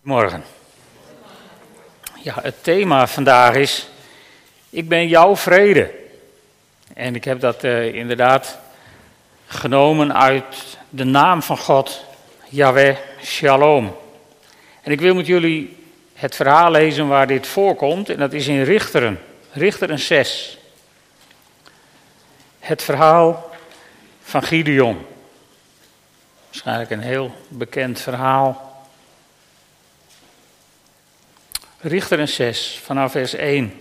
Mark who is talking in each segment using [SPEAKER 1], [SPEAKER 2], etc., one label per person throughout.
[SPEAKER 1] Morgen. Ja, het thema vandaag is: ik ben jouw vrede. En ik heb dat inderdaad genomen uit de naam van God, Yahweh Shalom. En ik wil met jullie het verhaal lezen waar dit voorkomt, en dat is in Richteren 6. Het verhaal van Gideon. Waarschijnlijk een heel bekend verhaal. Richteren 6, vanaf vers 1.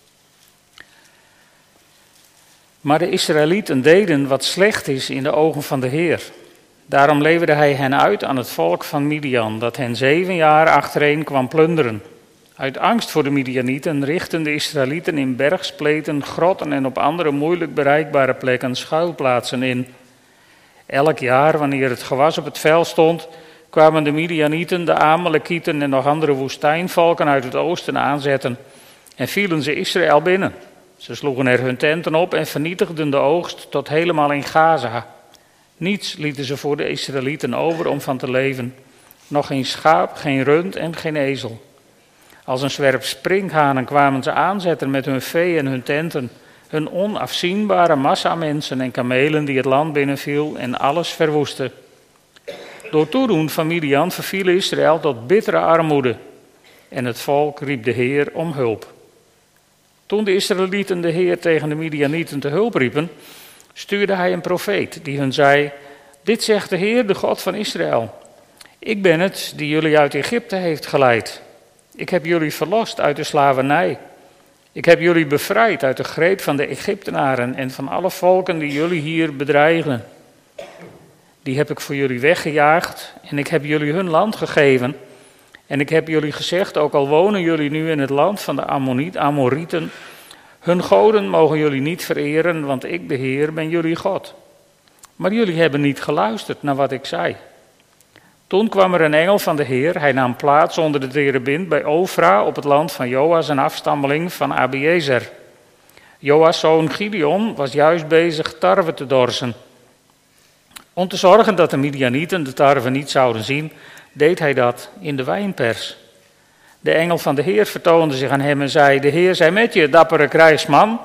[SPEAKER 1] Maar de Israëlieten deden wat slecht is in de ogen van de Heer. Daarom leverde hij hen uit aan het volk van Midian, dat hen 7 jaar achtereen kwam plunderen. Uit angst voor de Midianieten richtten de Israëlieten in bergspleten, grotten en op andere moeilijk bereikbare plekken schuilplaatsen in. Elk jaar, wanneer het gewas op het veld stond, kwamen de Midianieten, de Amalekieten en nog andere woestijnvolken uit het oosten aanzetten en vielen ze Israël binnen. Ze sloegen er hun tenten op en vernietigden de oogst tot helemaal in Gaza. Niets lieten ze voor de Israëlieten over om van te leven. Nog geen schaap, geen rund en geen ezel. Als een zwerf sprinkhanen kwamen ze aanzetten met hun vee en hun tenten. Een onafzienbare massa mensen en kamelen die het land binnenviel en alles verwoestte. Door toedoen van Midian verviel Israël tot bittere armoede. En het volk riep de Heer om hulp. Toen de Israëlieten de Heer tegen de Midianieten te hulp riepen, stuurde hij een profeet die hun zei: dit zegt de Heer, de God van Israël. Ik ben het die jullie uit Egypte heeft geleid. Ik heb jullie verlost uit de slavernij. Ik heb jullie bevrijd uit de greep van de Egyptenaren en van alle volken die jullie hier bedreigen. Die heb ik voor jullie weggejaagd en ik heb jullie hun land gegeven. En ik heb jullie gezegd, ook al wonen jullie nu in het land van de Amorieten, hun goden mogen jullie niet vereren, want ik, de Heer, ben jullie God. Maar jullie hebben niet geluisterd naar wat ik zei. Toen kwam er een engel van de Heer, hij nam plaats onder de terebint bij Ofra op het land van Joas, een afstammeling van Abiezer. Joas' zoon Gideon was juist bezig tarwe te dorsen. Om te zorgen dat de Midianieten de tarwe niet zouden zien, deed hij dat in de wijnpers. De engel van de Heer vertoonde zich aan hem en zei: de Heer zij met je, dappere krijgsman.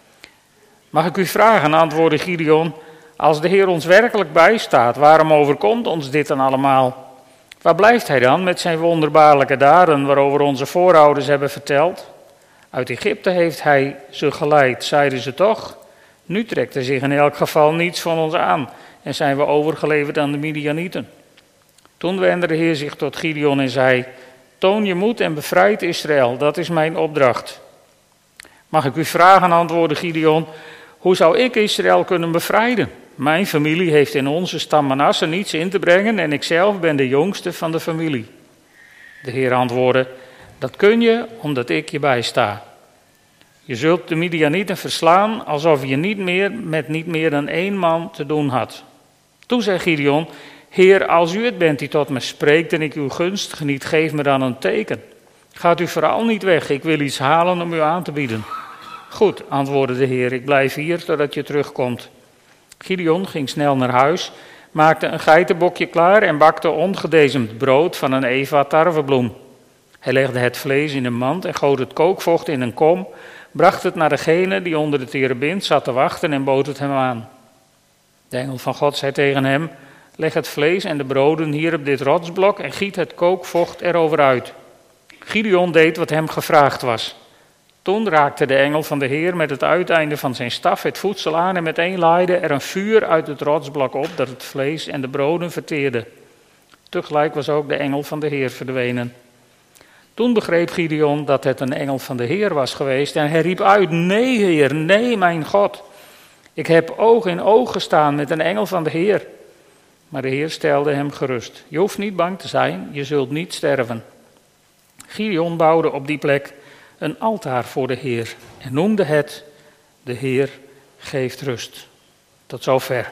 [SPEAKER 1] Mag ik u vragen, antwoordde Gideon, als de Heer ons werkelijk bijstaat, waarom overkomt ons dit dan allemaal? Waar blijft hij dan met zijn wonderbaarlijke daden waarover onze voorouders hebben verteld? Uit Egypte heeft hij ze geleid, zeiden ze toch? Nu trekt er zich in elk geval niets van ons aan en zijn we overgeleverd aan de Midianieten. Toen wendde de Heer zich tot Gideon en zei: toon je moed en bevrijd Israël, dat is mijn opdracht. Mag ik u vragen, antwoordde Gideon, hoe zou ik Israël kunnen bevrijden? Mijn familie heeft in onze stam Manasse niets in te brengen en ikzelf ben de jongste van de familie. De Heer antwoordde: dat kun je omdat ik je bijsta. Je zult de Midianieten verslaan alsof je niet meer dan 1 man te doen had. Toen zei Gideon: Heer, als u het bent die tot me spreekt en ik uw gunst geniet, geef me dan een teken. Gaat u vooral niet weg, ik wil iets halen om u aan te bieden. Goed, antwoordde de Heer, ik blijf hier totdat je terugkomt. Gideon ging snel naar huis, maakte een geitenbokje klaar en bakte ongedezemd brood van een eva tarwebloem. Hij legde het vlees in een mand en goot het kookvocht in een kom, bracht het naar degene die onder de terebint zat te wachten en bood het hem aan. De engel van God zei tegen hem: leg het vlees en de broden hier op dit rotsblok en giet het kookvocht erover uit. Gideon deed wat hem gevraagd was. Toen raakte de engel van de Heer met het uiteinde van zijn staf het voedsel aan en meteen laaide er een vuur uit het rotsblok op dat het vlees en de broden verteerde. Tegelijk was ook de engel van de Heer verdwenen. Toen begreep Gideon dat het een engel van de Heer was geweest en hij riep uit: nee Heer, nee mijn God. Ik heb oog in oog gestaan met een engel van de Heer. Maar de Heer stelde hem gerust. Je hoeft niet bang te zijn, je zult niet sterven. Gideon bouwde op die plek een altaar voor de Heer en noemde het: de Heer geeft rust. Tot zover.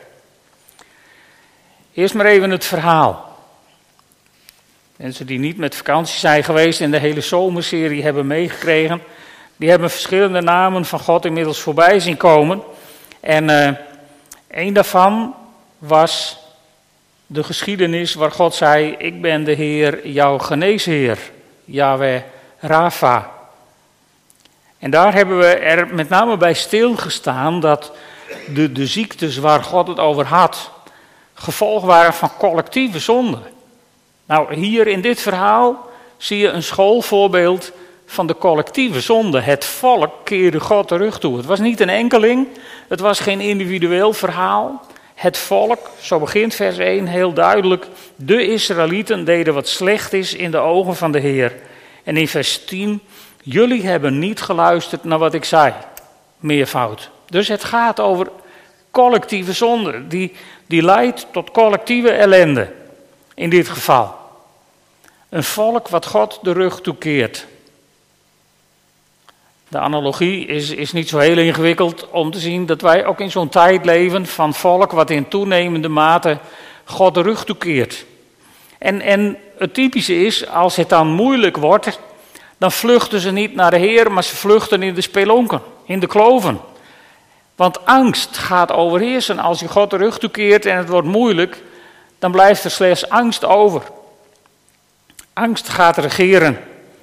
[SPEAKER 1] Eerst maar even het verhaal. Mensen die niet met vakantie zijn geweest en de hele zomerserie hebben meegekregen, die hebben verschillende namen van God inmiddels voorbij zien komen. En een daarvan was de geschiedenis waar God zei, ik ben de Heer, jouw geneesheer, Yahweh Rafa. En daar hebben we er met name bij stilgestaan dat de ziektes waar God het over had, gevolg waren van collectieve zonde. Nou, hier in dit verhaal zie je een schoolvoorbeeld van de collectieve zonde. Het volk keerde God de rug toe. Het was niet een enkeling, het was geen individueel verhaal. Het volk, zo begint vers 1 heel duidelijk, de Israëlieten deden wat slecht is in de ogen van de Heer. En in vers 10, jullie hebben niet geluisterd naar wat ik zei. Meervoud. Dus het gaat over collectieve zonde, die leidt tot collectieve ellende. In dit geval. Een volk wat God de rug toekeert. De analogie is niet zo heel ingewikkeld om te zien dat wij ook in zo'n tijd leven van volk wat in toenemende mate God de rug toekeert. En het typische is, als het dan moeilijk wordt, dan vluchten ze niet naar de Heer, maar ze vluchten in de spelonken, in de kloven. Want angst gaat overheersen. Als je God de rug toekeert en het wordt moeilijk, dan blijft er slechts angst over. Angst gaat regeren.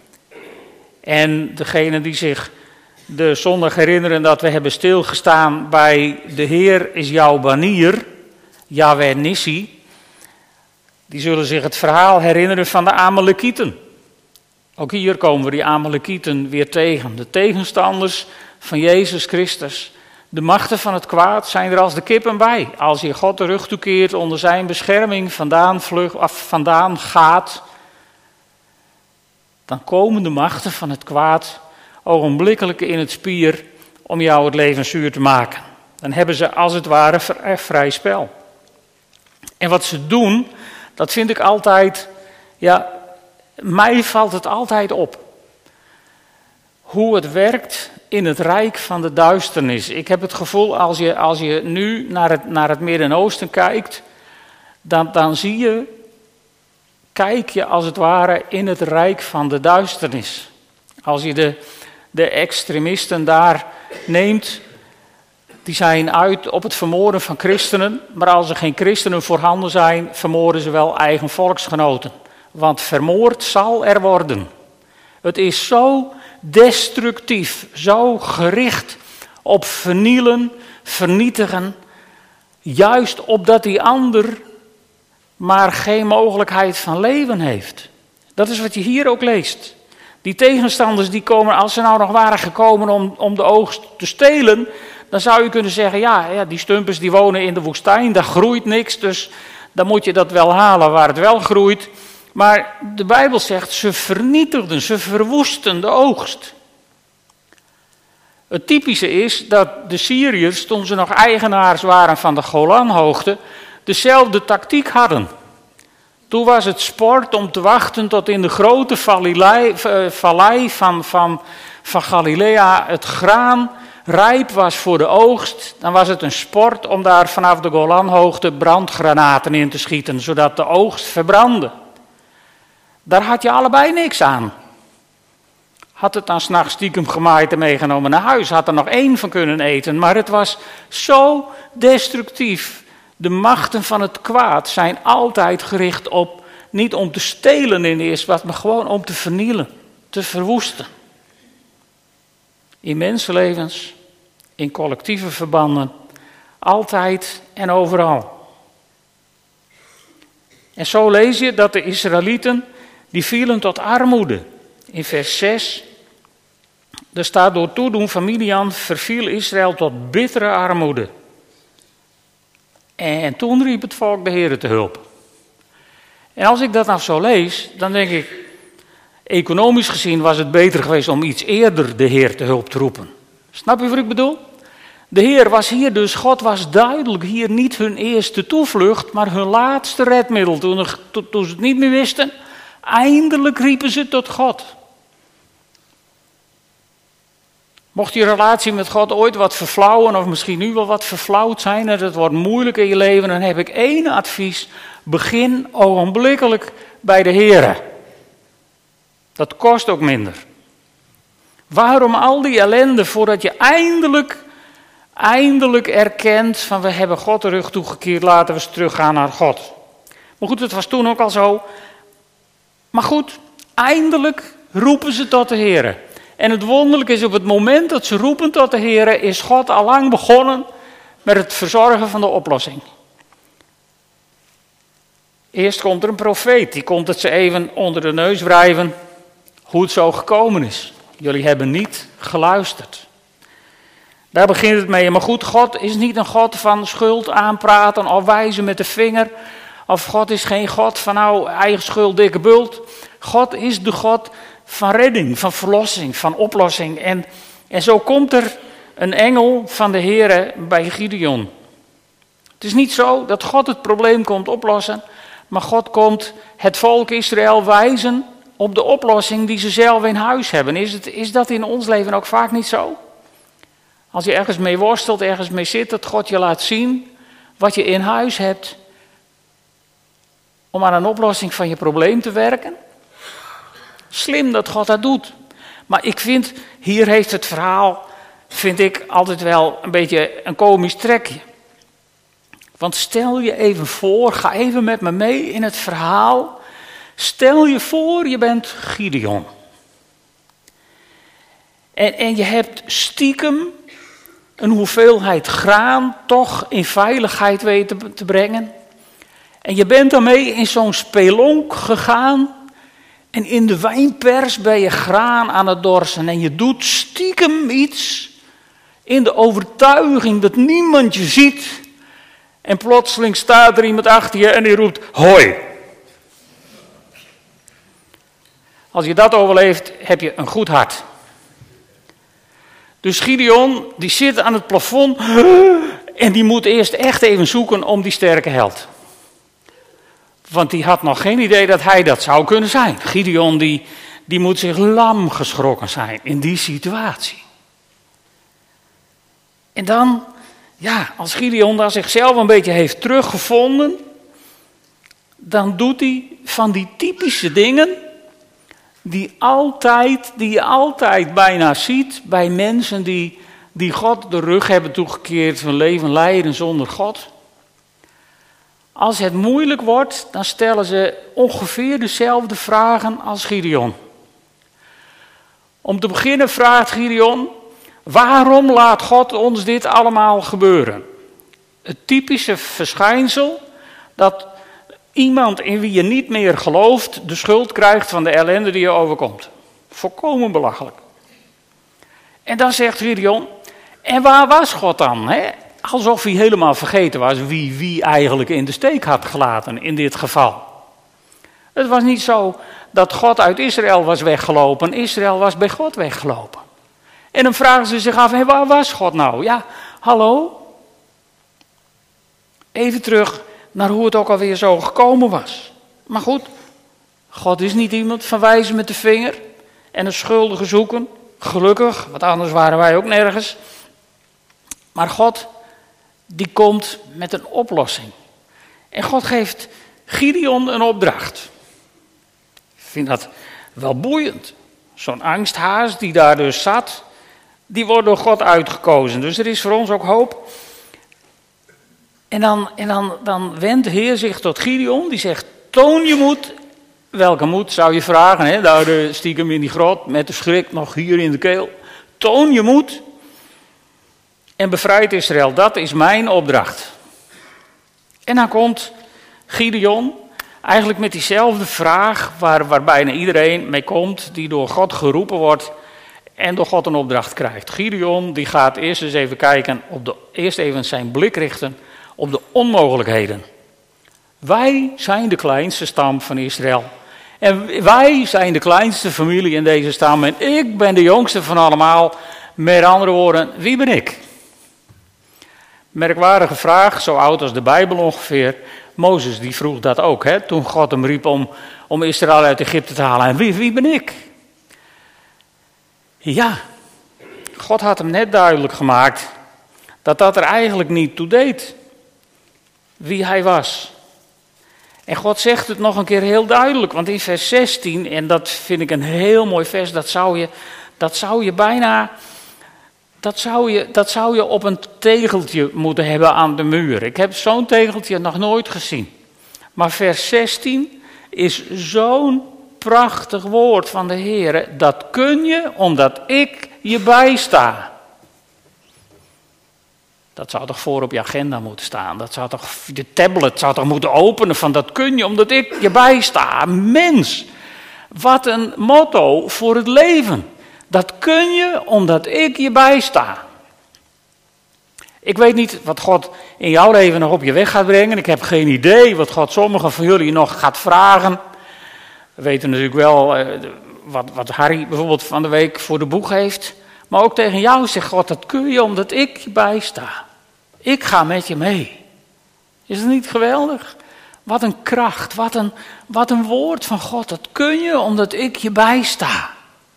[SPEAKER 1] En degene die zich de zondag herinneren dat we hebben stilgestaan bij de Heer is jouw banier, Yahweh Nissi, die zullen zich het verhaal herinneren van de Amalekieten. Ook hier komen we die Amalekieten weer tegen. De tegenstanders van Jezus Christus. De machten van het kwaad zijn er als de kippen bij. Als je God de rug toekeert, onder zijn bescherming vandaan gaat, dan komen de machten van het kwaad ogenblikkelijk in het spier om jou het leven zuur te maken. Dan hebben ze als het ware vrij spel. En wat ze doen, dat vind ik altijd, mij valt het altijd op. Hoe het werkt in het rijk van de duisternis. Ik heb het gevoel, als je nu naar het Midden-Oosten kijkt, dan kijk je als het ware in het rijk van de duisternis. Als je de extremisten daar neemt, die zijn uit op het vermoorden van christenen, maar als er geen christenen voorhanden zijn, vermoorden ze wel eigen volksgenoten. Want vermoord zal er worden. Het is zo destructief, zo gericht op vernielen, vernietigen, juist opdat die ander maar geen mogelijkheid van leven heeft. Dat is wat je hier ook leest. Die tegenstanders die komen, als ze nou nog waren gekomen om de oogst te stelen, dan zou je kunnen zeggen, ja, die stumpers die wonen in de woestijn, daar groeit niks, dus dan moet je dat wel halen waar het wel groeit. Maar de Bijbel zegt, ze vernietigden, ze verwoesten de oogst. Het typische is dat de Syriërs, toen ze nog eigenaars waren van de Golanhoogte, dezelfde tactiek hadden. Toen was het sport om te wachten tot in de grote vallei van Galilea het graan rijp was voor de oogst. Dan was het een sport om daar vanaf de Golanhoogte brandgranaten in te schieten, zodat de oogst verbrandde. Daar had je allebei niks aan. Had het dan 's nachts stiekem gemaaid en meegenomen naar huis, had er nog één van kunnen eten. Maar het was zo destructief. De machten van het kwaad zijn altijd gericht op, niet om te stelen in de eerste plaats, maar gewoon om te vernielen, te verwoesten. In mensenlevens, in collectieve verbanden, altijd en overal. En zo lees je dat de Israëlieten, die vielen tot armoede. In vers 6, er staat, door toedoen van Midian verviel Israël tot bittere armoede. En toen riep het volk de Heere te hulp. En als ik dat nou zo lees, dan denk ik, economisch gezien was het beter geweest om iets eerder de Heer te hulp te roepen. Snap je wat ik bedoel? De Heer was hier dus, God was duidelijk hier niet hun eerste toevlucht, maar hun laatste redmiddel. Toen ze het niet meer wisten, eindelijk riepen ze tot God. Mocht je relatie met God ooit wat verflauwen of misschien nu wel wat verflauwd zijn en het wordt moeilijk in je leven, dan heb ik één advies. Begin ogenblikkelijk bij de Heere. Dat kost ook minder. Waarom al die ellende voordat je eindelijk erkent van we hebben God de rug toegekeerd, laten we eens teruggaan naar God. Maar goed, het was toen ook al zo. Maar goed, eindelijk roepen ze tot de Heere. En het wonderlijke is, op het moment dat ze roepen tot de Heere, is God al lang begonnen met het verzorgen van de oplossing. Eerst komt er een profeet, die komt het ze even onder de neus wrijven hoe het zo gekomen is. Jullie hebben niet geluisterd. Daar begint het mee. Maar goed, God is niet een God van schuld aanpraten of wijzen met de vinger. Of God is geen God van nou, eigen schuld, dikke bult. God is de God van redding, van verlossing, van oplossing. En zo komt er een engel van de Heere bij Gideon. Het is niet zo dat God het probleem komt oplossen, maar God komt het volk Israël wijzen op de oplossing die ze zelf in huis hebben. Is dat in ons leven ook vaak niet zo? Als je ergens mee worstelt, ergens mee zit, dat God je laat zien wat je in huis hebt om aan een oplossing van je probleem te werken. Slim dat God dat doet. Maar ik vind, hier heeft het verhaal, vind ik altijd wel een beetje een komisch trekje. Want stel je even voor, ga even met me mee in het verhaal. Stel je voor, je bent Gideon. En je hebt stiekem een hoeveelheid graan toch in veiligheid weten te brengen. En je bent daarmee in zo'n spelonk gegaan. En in de wijnpers ben je graan aan het dorsen. En je doet stiekem iets in de overtuiging dat niemand je ziet. En plotseling staat er iemand achter je en die roept, hoi. Als je dat overleeft, heb je een goed hart. Dus Gideon, die zit aan het plafond en die moet eerst echt even zoeken om die sterke held. Want die had nog geen idee dat hij dat zou kunnen zijn. Gideon, die moet zich lam geschrokken zijn in die situatie. En dan, ja, als Gideon daar zichzelf een beetje heeft teruggevonden, dan doet hij van die typische dingen die je altijd bijna ziet bij mensen die God de rug hebben toegekeerd, hun leven leiden zonder God. Als het moeilijk wordt, dan stellen ze ongeveer dezelfde vragen als Gideon. Om te beginnen vraagt Gideon, waarom laat God ons dit allemaal gebeuren? Het typische verschijnsel dat iemand in wie je niet meer gelooft de schuld krijgt van de ellende die je overkomt. Volkomen belachelijk. En dan zegt Gideon, en waar was God dan? Hè? Alsof hij helemaal vergeten was wie eigenlijk in de steek had gelaten in dit geval. Het was niet zo dat God uit Israël was weggelopen. Israël was bij God weggelopen. En dan vragen ze zich af, waar was God nou? Ja, hallo? Even terug naar hoe het ook alweer zo gekomen was. Maar goed, God is niet iemand van wijzen met de vinger en een schuldige zoeken. Gelukkig, want anders waren wij ook nergens. Maar God, die komt met een oplossing. En God geeft Gideon een opdracht. Ik vind dat wel boeiend. Zo'n angsthaas die daar dus zat, die wordt door God uitgekozen. Dus er is voor ons ook hoop. En dan wendt de Heer zich tot Gideon, die zegt, toon je moed. Welke moed zou je vragen, hè? Daar stiekem in die grot, met de schrik nog hier in de keel. Toon je moed en bevrijd Israël, dat is mijn opdracht. En dan komt Gideon, eigenlijk met diezelfde vraag, waar bijna iedereen mee komt, die door God geroepen wordt en door God een opdracht krijgt. Gideon, die gaat eerst eens even kijken, eerst even zijn blik richten op de onmogelijkheden. Wij zijn de kleinste stam van Israël. En wij zijn de kleinste familie in deze stam. En ik ben de jongste van allemaal. Met andere woorden, wie ben ik? Merkwaardige vraag, zo oud als de Bijbel ongeveer. Mozes die vroeg dat ook, hè, toen God hem riep om Israël uit Egypte te halen. En wie ben ik? Ja, God had hem net duidelijk gemaakt dat er eigenlijk niet toe deed. Wie hij was. En God zegt het nog een keer heel duidelijk, want in vers 16, en dat vind ik een heel mooi vers, dat zou je op een tegeltje moeten hebben aan de muur. Ik heb zo'n tegeltje nog nooit gezien. Maar vers 16 is zo'n prachtig woord van de Heer. Dat kun je omdat ik je bijsta. Dat zou toch voor op je agenda moeten staan. Dat zou toch, de tablet zou toch moeten openen van dat kun je omdat ik je bijsta. Mens, wat een motto voor het leven. Dat kun je omdat ik je bijsta. Ik weet niet wat God in jouw leven nog op je weg gaat brengen. Ik heb geen idee wat God sommigen van jullie nog gaat vragen. We weten natuurlijk wel wat Harry bijvoorbeeld van de week voor de boeg heeft. Maar ook tegen jou zegt God, dat kun je omdat ik je bijsta. Ik ga met je mee. Is het niet geweldig? Wat een kracht, wat een woord van God. Dat kun je omdat ik je bijsta.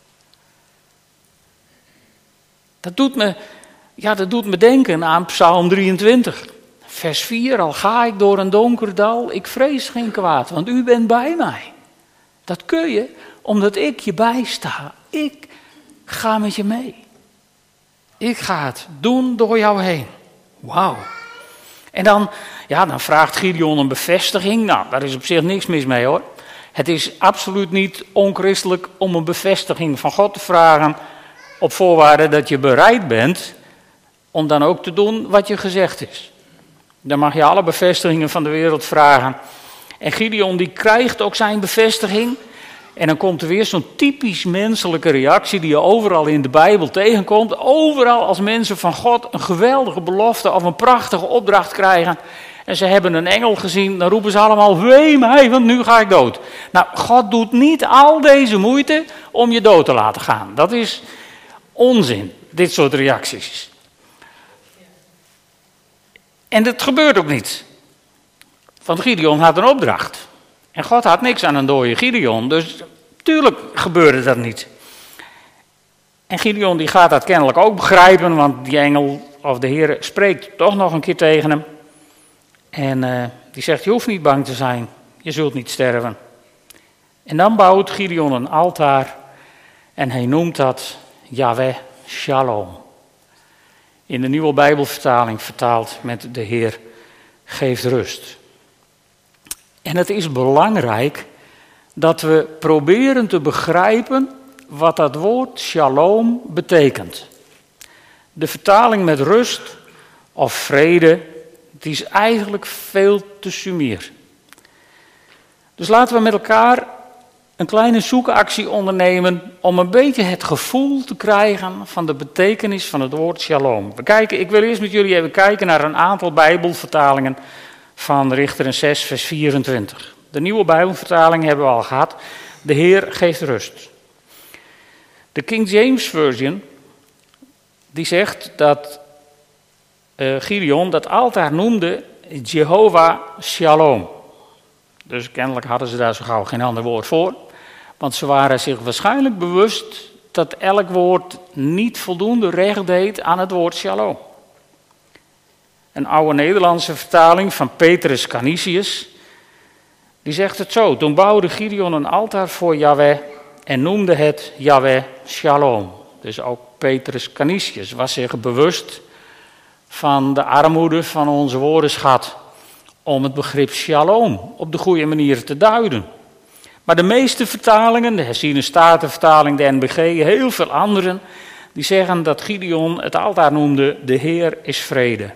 [SPEAKER 1] Dat doet me denken aan Psalm 23. Vers 4, al ga ik door een donker dal, ik vrees geen kwaad, want u bent bij mij. Dat kun je omdat ik je bijsta. Ik ga met je mee. Ik ga het doen door jou heen. Wauw. En dan vraagt Gideon een bevestiging. Nou, daar is op zich niks mis mee hoor. Het is absoluut niet onchristelijk om een bevestiging van God te vragen, op voorwaarde dat je bereid bent om dan ook te doen wat je gezegd is. Dan mag je alle bevestigingen van de wereld vragen. En Gideon die krijgt ook zijn bevestiging. En dan komt er weer zo'n typisch menselijke reactie die je overal in de Bijbel tegenkomt. Overal als mensen van God een geweldige belofte of een prachtige opdracht krijgen. En ze hebben een engel gezien, dan roepen ze allemaal, wee mij, want nu ga ik dood. Nou, God doet niet al deze moeite om je dood te laten gaan. Dat is onzin, dit soort reacties. En dat gebeurt ook niet. Want Gideon had een opdracht. En God had niks aan een dode Gideon. Dus tuurlijk gebeurde dat niet. En Gideon die gaat dat kennelijk ook begrijpen. Want die engel of de Heer spreekt toch nog een keer tegen hem. En die zegt, je hoeft niet bang te zijn. Je zult niet sterven. En dan bouwt Gideon een altaar. En hij noemt dat Yahweh Shalom. In de Nieuwe Bijbelvertaling vertaald met de Heer geeft rust. En het is belangrijk dat we proberen te begrijpen wat dat woord shalom betekent. De vertaling met rust of vrede, het is eigenlijk veel te sumier. Dus laten we met elkaar een kleine zoekactie ondernemen om een beetje het gevoel te krijgen van de betekenis van het woord shalom. Ik wil eerst met jullie even kijken naar een aantal Bijbelvertalingen van Richteren 6, vers 24. De Nieuwe Bijbelvertaling hebben we al gehad. De Heer geeft rust. De King James Version, die zegt dat Gideon dat altaar noemde Jehovah Shalom. Dus kennelijk hadden ze daar zo gauw geen ander woord voor. Want ze waren zich waarschijnlijk bewust dat elk woord niet voldoende recht deed aan het woord shalom. Een oude Nederlandse vertaling van Petrus Canisius, die zegt het zo. Toen bouwde Gideon een altaar voor Yahweh en noemde het Yahweh Shalom. Dus ook Petrus Canisius was zich bewust van de armoede van onze woordenschat om het begrip shalom op de goede manier te duiden. Maar de meeste vertalingen, de herziene statenvertaling, de NBG, heel veel anderen, die zeggen dat Gideon het altaar noemde, de Heer is vrede.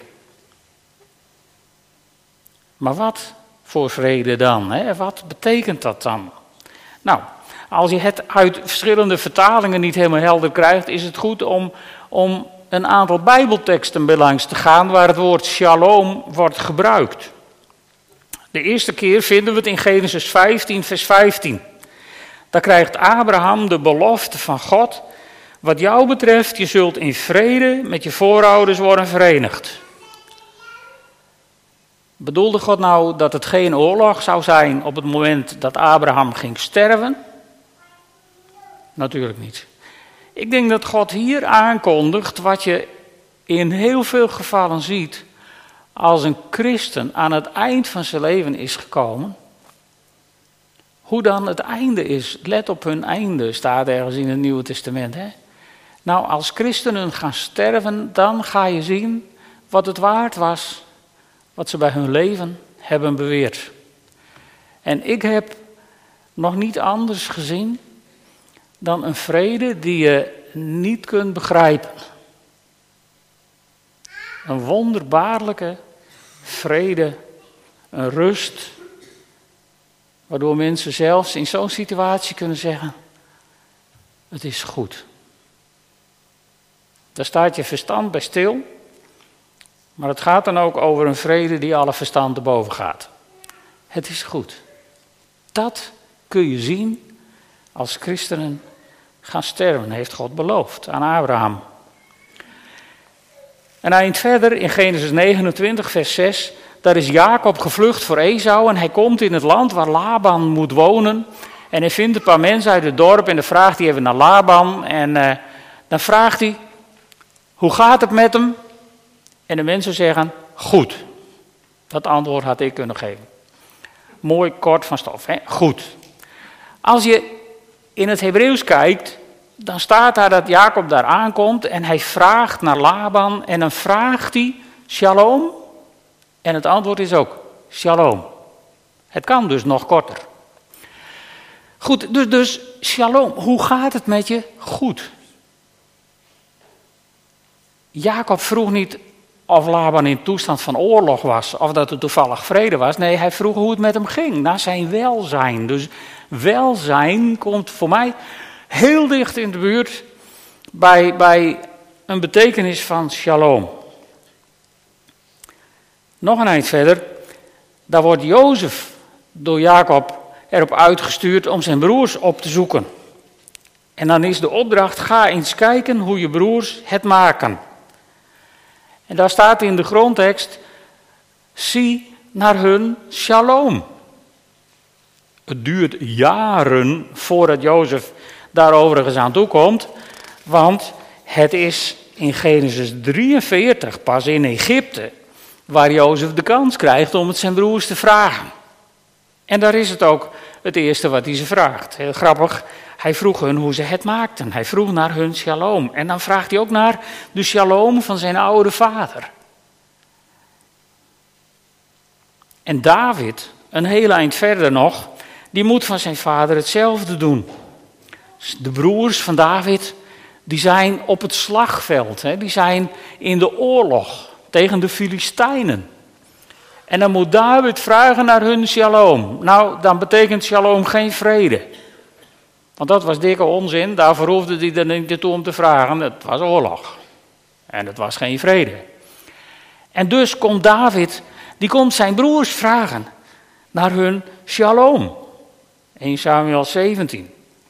[SPEAKER 1] Maar wat voor vrede dan? Hè? Wat betekent dat dan? Nou, als je het uit verschillende vertalingen niet helemaal helder krijgt, is het goed om een aantal Bijbelteksten bij langs te gaan waar het woord shalom wordt gebruikt. De eerste keer vinden we het in Genesis 15, vers 15. Daar krijgt Abraham de belofte van God. Wat jou betreft, je zult in vrede met je voorouders worden verenigd. Bedoelde God nou dat het geen oorlog zou zijn op het moment dat Abraham ging sterven? Natuurlijk niet. Ik denk dat God hier aankondigt wat je in heel veel gevallen ziet als een christen aan het eind van zijn leven is gekomen. Hoe dan het einde is. Let op hun einde, staat ergens in het Nieuwe Testament. Hè? Nou, als christenen gaan sterven, dan ga je zien wat het waard was, wat ze bij hun leven hebben beweerd. En ik heb nog niet anders gezien dan een vrede die je niet kunt begrijpen. Een wonderbaarlijke vrede, een rust, waardoor mensen zelfs in zo'n situatie kunnen zeggen, het is goed. Daar staat je verstand bij stil, maar het gaat dan ook over een vrede die alle verstand erboven gaat. Het is goed. Dat kun je zien als christenen gaan sterven, heeft God beloofd aan Abraham. En eind verder in Genesis 29 vers 6, daar is Jacob gevlucht voor Esau en hij komt in het land waar Laban moet wonen. En hij vindt een paar mensen uit het dorp en dan vraagt hij even naar Laban en dan vraagt hij, hoe gaat het met hem? En de mensen zeggen, goed. Dat antwoord had ik kunnen geven. Mooi kort van stof, hè? Goed. Als je in het Hebreeuws kijkt, dan staat daar dat Jacob daar aankomt en hij vraagt naar Laban en dan vraagt hij shalom. En het antwoord is ook shalom. Het kan dus nog korter. Goed, dus shalom, hoe gaat het met je? Goed. Jacob vroeg niet of Laban in toestand van oorlog was of dat er toevallig vrede was. Nee, hij vroeg hoe het met hem ging, naar zijn welzijn. Dus welzijn komt voor mij heel dicht in de buurt bij een betekenis van shalom. Nog een eind verder, daar wordt Jozef door Jacob erop uitgestuurd om zijn broers op te zoeken. En dan is de opdracht, ga eens kijken hoe je broers het maken. En daar staat in de grondtekst, zie naar hun shalom. Het duurt jaren voordat Jozef daar overigens aan toe komt, want het is in Genesis 43 pas in Egypte waar Jozef de kans krijgt om het zijn broers te vragen. En daar is het ook het eerste wat hij ze vraagt. Heel grappig, hij vroeg hun hoe ze het maakten. Hij vroeg naar hun shalom. En dan vraagt hij ook naar de shalom van zijn oude vader. En David, een heel eind verder nog, die moet van zijn vader hetzelfde doen. De broers van David, die zijn op het slagveld. Die zijn in de oorlog tegen de Filistijnen. En dan moet David vragen naar hun shalom. Nou, dan betekent shalom geen vrede. Want dat was dikke onzin, daarvoor hoefde hij er niet toe om te vragen. Het was oorlog. En het was geen vrede. En dus komt David, die komt zijn broers vragen naar hun shalom. 1 Samuel 17.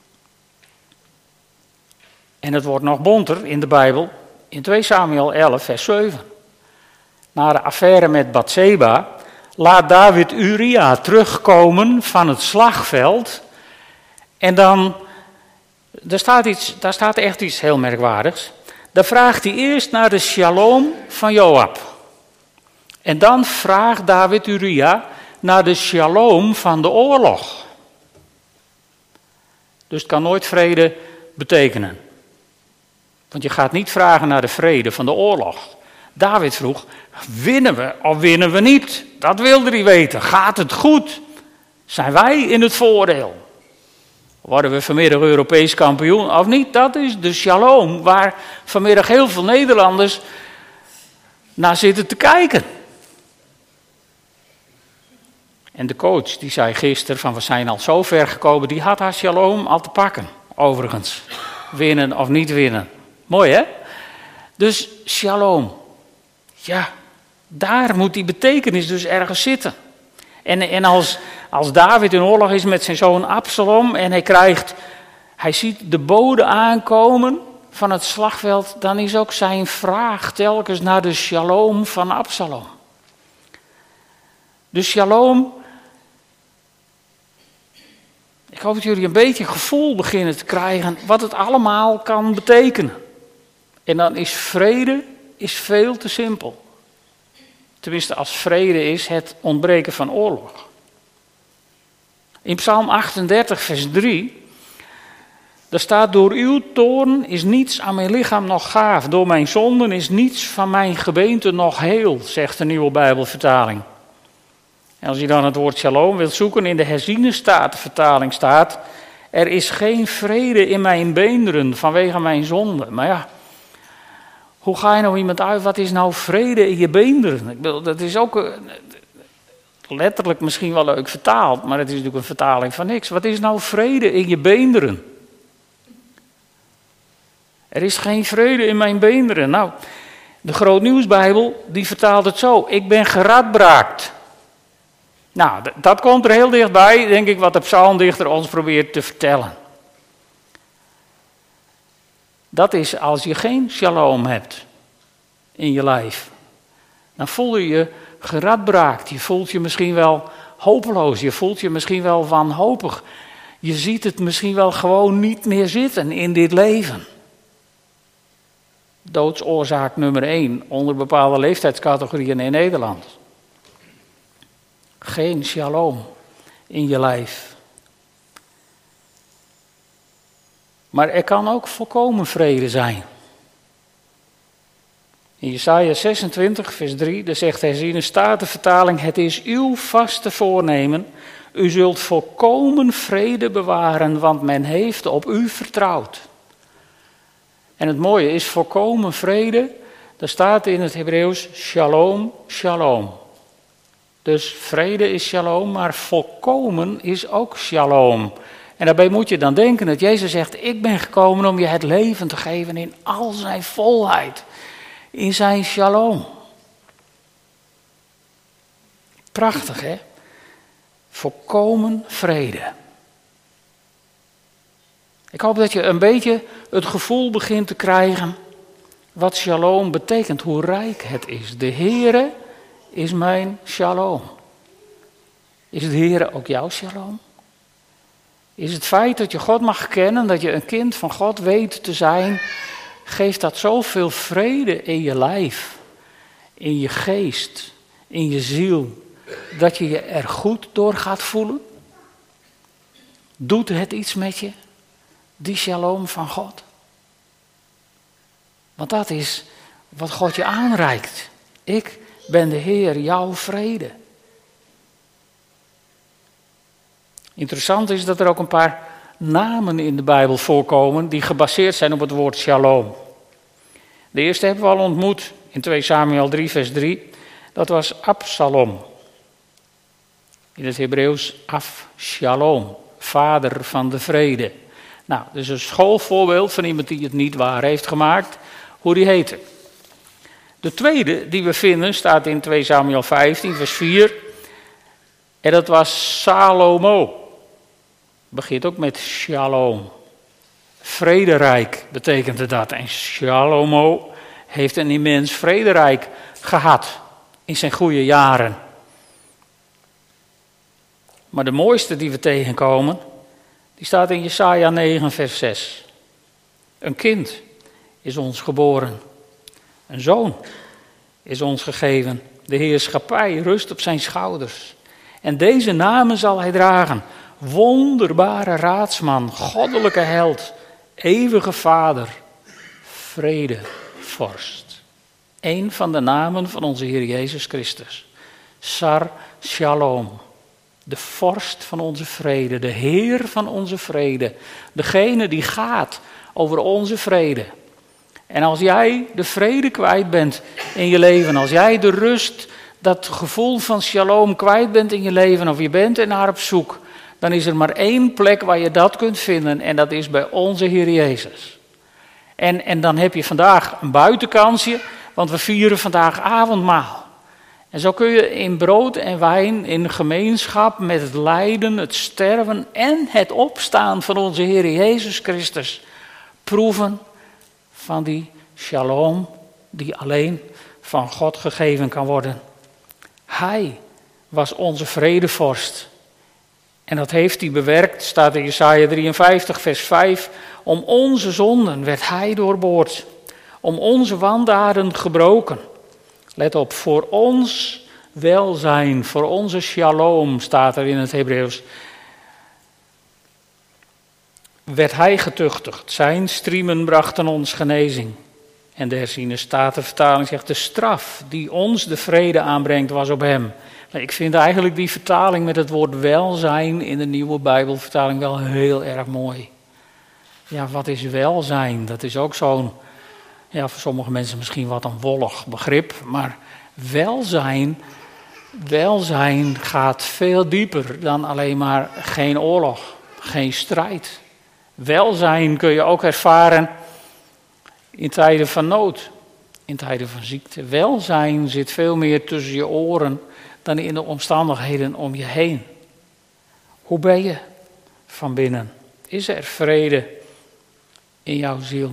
[SPEAKER 1] En het wordt nog bonter in de Bijbel, in 2 Samuel 11 vers 7. Na de affaire met Batseba laat David Uria terugkomen van het slagveld. En dan, daar staat echt iets heel merkwaardigs. Dan vraagt hij eerst naar de shalom van Joab. En dan vraagt David Uria naar de shalom van de oorlog. Dus het kan nooit vrede betekenen. Want je gaat niet vragen naar de vrede van de oorlog. David vroeg, winnen we of winnen we niet? Dat wilde hij weten. Gaat het goed? Zijn wij in het voordeel? Worden we vanmiddag Europees kampioen of niet? Dat is de shalom waar vanmiddag heel veel Nederlanders naar zitten te kijken. En de coach die zei gisteren van we zijn al zo ver gekomen, die had haar shalom al te pakken. Overigens, winnen of niet winnen. Mooi hè? Dus shalom. Ja, daar moet die betekenis dus ergens zitten. En als David in oorlog is met zijn zoon Absalom en hij ziet de bode aankomen van het slagveld, dan is ook zijn vraag telkens naar de shalom van Absalom. De shalom, ik hoop dat jullie een beetje gevoel beginnen te krijgen wat het allemaal kan betekenen. En dan is vrede veel te simpel. Tenminste, als vrede is het ontbreken van oorlog. In Psalm 38, vers 3, daar staat, door uw toorn is niets aan mijn lichaam nog gaaf. Door mijn zonden is niets van mijn gebeente nog heel, zegt de Nieuwe Bijbelvertaling. En als je dan het woord shalom wilt zoeken, in de herziene statenvertaling staat: er is geen vrede in mijn beenderen vanwege mijn zonde. Maar ja, hoe ga je nou iemand uit? Wat is nou vrede in je beenderen? Ik bedoel, dat is ook letterlijk misschien wel leuk vertaald, maar het is natuurlijk een vertaling van niks. Wat is nou vrede in je beenderen? Er is geen vrede in mijn beenderen. Nou, de Grootnieuwsbijbel die vertaalt het zo: ik ben geradbraakt. Nou, dat komt er heel dichtbij, denk ik, wat de psalmdichter ons probeert te vertellen. Dat is als je geen shalom hebt in je lijf. Dan voel je je geradbraakt. Je voelt je misschien wel hopeloos. Je voelt je misschien wel wanhopig. Je ziet het misschien wel gewoon niet meer zitten in dit leven. Doodsoorzaak nummer 1 onder bepaalde leeftijdscategorieën in Nederland. Geen shalom in je lijf. Maar er kan ook volkomen vrede zijn. In Jesaja 26 vers 3, daar zegt hij in een statenvertaling: het is uw vaste voornemen, u zult volkomen vrede bewaren, want men heeft op u vertrouwd. En het mooie is, volkomen vrede, daar staat in het Hebreeuws shalom, shalom. Dus vrede is shalom, maar volkomen is ook shalom. En daarbij moet je dan denken dat Jezus zegt: ik ben gekomen om je het leven te geven in al zijn volheid. In zijn shalom. Prachtig, hè? Volkomen vrede. Ik hoop dat je een beetje het gevoel begint te krijgen wat shalom betekent, hoe rijk het is. De Heere is mijn shalom. Is de Heere ook jouw shalom? Is het feit dat je God mag kennen, dat je een kind van God weet te zijn, geeft dat zoveel vrede in je lijf, in je geest, in je ziel, dat je je er goed door gaat voelen? Doet het iets met je, die shalom van God? Want dat is wat God je aanreikt. Ik ben de Heer, jouw vrede. Interessant is dat er ook een paar namen in de Bijbel voorkomen die gebaseerd zijn op het woord shalom. De eerste hebben we al ontmoet in 2 Samuel 3 vers 3. Dat was Absalom. In het Hebreeuws Avshalom, vader van de vrede. Nou, dus een schoolvoorbeeld van iemand die het niet waar heeft gemaakt, hoe die heette. De tweede die we vinden staat in 2 Samuel 15 vers 4. En dat was Salomo. Begint ook met shalom. Vrederijk betekende dat. En Salomo heeft een immens vrederijk gehad in zijn goede jaren. Maar de mooiste die we tegenkomen, die staat in Jesaja 9 vers 6. Een kind is ons geboren. Een zoon is ons gegeven. De heerschappij rust op zijn schouders. En deze namen zal hij dragen: wonderbare raadsman, goddelijke held, eeuwige vader, vredevorst. Eén van de namen van onze Heer Jezus Christus. Sar Shalom. De vorst van onze vrede, de Heer van onze vrede. Degene die gaat over onze vrede. En als jij de vrede kwijt bent in je leven, als jij de rust, dat gevoel van shalom kwijt bent in je leven, of je bent er naar op zoek, dan is er maar één plek waar je dat kunt vinden en dat is bij onze Heer Jezus. En dan heb je vandaag een buitenkansje, want we vieren vandaag avondmaal. En zo kun je in brood en wijn, in gemeenschap met het lijden, het sterven en het opstaan van onze Heer Jezus Christus proeven van die shalom die alleen van God gegeven kan worden. Hij was onze vredevorst. En dat heeft hij bewerkt, staat in Jesaja 53 vers 5. Om onze zonden werd hij doorboord. Om onze wandaden gebroken. Let op, voor ons welzijn, voor onze shalom, staat er in het Hebreeuws. Werd hij getuchtigd. Zijn striemen brachten ons genezing. En de herziene statenvertaling zegt: de straf die ons de vrede aanbrengt was op hem. Ik vind eigenlijk die vertaling met het woord welzijn in de nieuwe Bijbelvertaling wel heel erg mooi. Ja, wat is welzijn? Dat is ook zo'n, ja, voor sommige mensen misschien wat een wollig begrip. Maar welzijn gaat veel dieper dan alleen maar geen oorlog, geen strijd. Welzijn kun je ook ervaren in tijden van nood, in tijden van ziekte. Welzijn zit veel meer tussen je oren dan in de omstandigheden om je heen. Hoe ben je van binnen? Is er vrede in jouw ziel?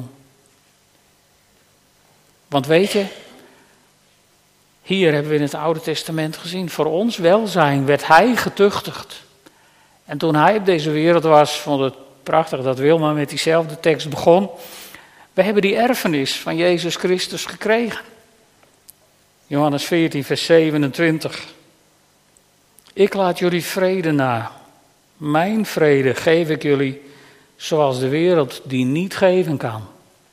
[SPEAKER 1] Want weet je, hier hebben we in het Oude Testament gezien, voor ons welzijn werd hij getuchtigd. En toen hij op deze wereld was, vond het prachtig dat Wilma met diezelfde tekst begon. We hebben die erfenis van Jezus Christus gekregen. Johannes 14, vers 27. Ik laat jullie vrede na. Mijn vrede geef ik jullie, zoals de wereld die niet geven kan.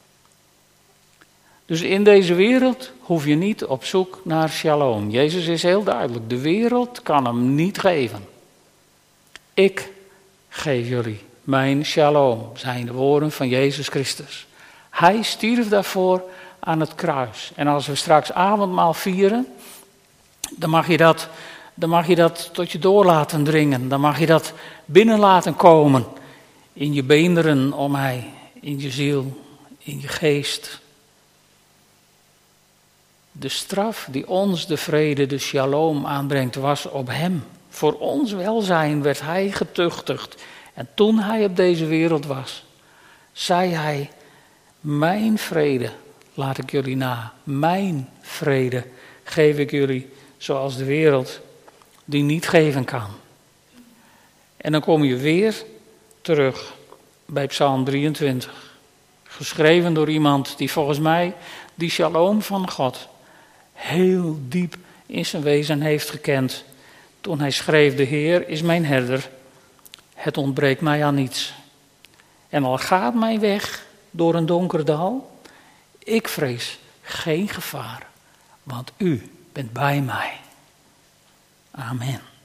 [SPEAKER 1] Dus in deze wereld hoef je niet op zoek naar shalom. Jezus is heel duidelijk, de wereld kan hem niet geven. Ik geef jullie mijn shalom, zijn de woorden van Jezus Christus. Hij stierf daarvoor aan het kruis. En als we straks avondmaal vieren, dan mag je dat tot je door laten dringen. Dan mag je dat binnen laten komen. In je beenderen om mij, in je ziel, in je geest. De straf die ons de vrede, de shalom aanbrengt, was op hem. Voor ons welzijn werd hij getuchtigd. En toen hij op deze wereld was, zei hij: mijn vrede laat ik jullie na. Mijn vrede geef ik jullie, zoals de wereld die niet geven kan. En dan kom je weer terug bij Psalm 23. Geschreven door iemand die volgens mij die shalom van God heel diep in zijn wezen heeft gekend. Toen hij schreef: de Heer is mijn herder, het ontbreekt mij aan niets. En al gaat mijn weg door een donker dal, ik vrees geen gevaar, want u bent bij mij. Amen.